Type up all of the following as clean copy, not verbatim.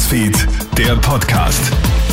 Newsfeed, der Podcast.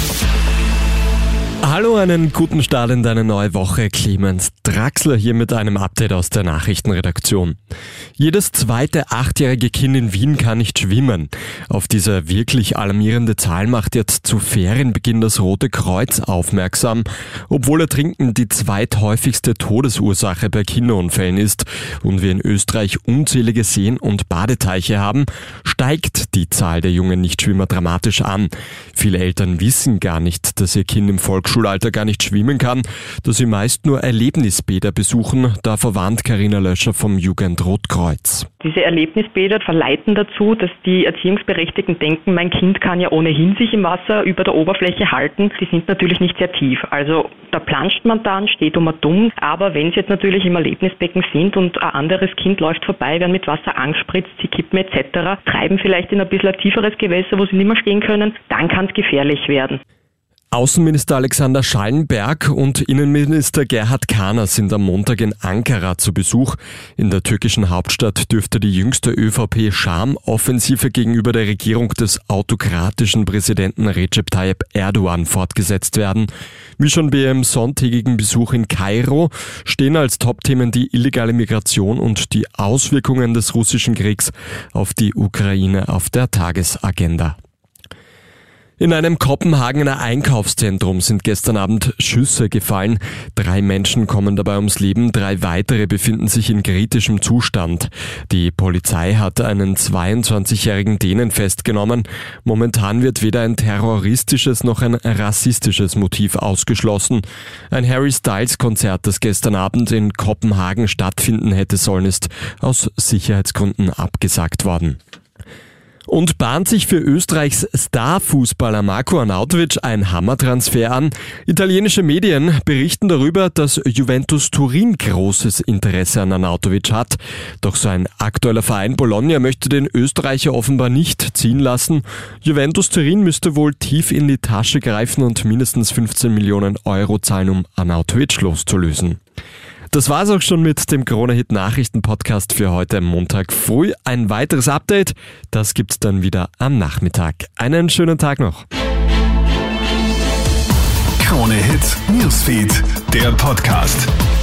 Hallo, einen guten Start in deine neue Woche. Clemens Draxler hier mit einem Update aus der Nachrichtenredaktion. Jedes zweite 8-jährige Kind in Wien kann nicht schwimmen. Auf diese wirklich alarmierende Zahl macht jetzt zu Ferienbeginn das Rote Kreuz aufmerksam. Obwohl Ertrinken die zweithäufigste Todesursache bei Kinderunfällen ist und wir in Österreich unzählige Seen und Badeteiche haben, steigt die Zahl der jungen Nichtschwimmer dramatisch an. Viele Eltern wissen gar nicht, dass ihr Kind im Volksschulalter gar nicht schwimmen kann, dass sie meist nur Erlebnisbäder besuchen. Davor warnt Carina Löscher vom Jugend-Rotkreuz. Diese Erlebnisbäder verleiten dazu, dass die Erziehungsberechtigten denken, mein Kind kann ja ohnehin sich im Wasser über der Oberfläche halten. Die sind natürlich nicht sehr tief. Also da planscht man dann, steht dumm. Aber wenn sie jetzt natürlich im Erlebnisbecken sind und ein anderes Kind läuft vorbei, werden mit Wasser angespritzt, sie kippen etc., treiben vielleicht in ein bisschen tieferes Gewässer, wo sie nicht mehr stehen können, dann kann es gefährlich werden. Außenminister Alexander Schallenberg und Innenminister Gerhard Kahner sind am Montag in Ankara zu Besuch. In der türkischen Hauptstadt dürfte die jüngste ÖVP-Scham-Offensive gegenüber der Regierung des autokratischen Präsidenten Recep Tayyip Erdogan fortgesetzt werden. Wie schon bei ihrem sonntägigen Besuch in Kairo stehen als Topthemen die illegale Migration und die Auswirkungen des russischen Kriegs auf die Ukraine auf der Tagesagenda. In einem Kopenhagener Einkaufszentrum sind gestern Abend Schüsse gefallen. 3 Menschen kommen dabei ums Leben, 3 weitere befinden sich in kritischem Zustand. Die Polizei hat einen 22-jährigen Dänen festgenommen. Momentan wird weder ein terroristisches noch ein rassistisches Motiv ausgeschlossen. Ein Harry Styles-Konzert, das gestern Abend in Kopenhagen stattfinden hätte sollen, ist aus Sicherheitsgründen abgesagt worden. Und bahnt sich für Österreichs Starfußballer Marko Arnautovic ein Hammertransfer an. Italienische Medien berichten darüber, dass Juventus Turin großes Interesse an Arnautovic hat. Doch sein aktueller Verein Bologna möchte den Österreicher offenbar nicht ziehen lassen. Juventus Turin müsste wohl tief in die Tasche greifen und mindestens 15 Millionen Euro zahlen, um Arnautovic loszulösen. Das war's auch schon mit dem Krone-Hit-Nachrichten-Podcast für heute Montag früh. Ein weiteres Update, das gibt's dann wieder am Nachmittag. Einen schönen Tag noch. Krone-Hit Newsfeed, der Podcast.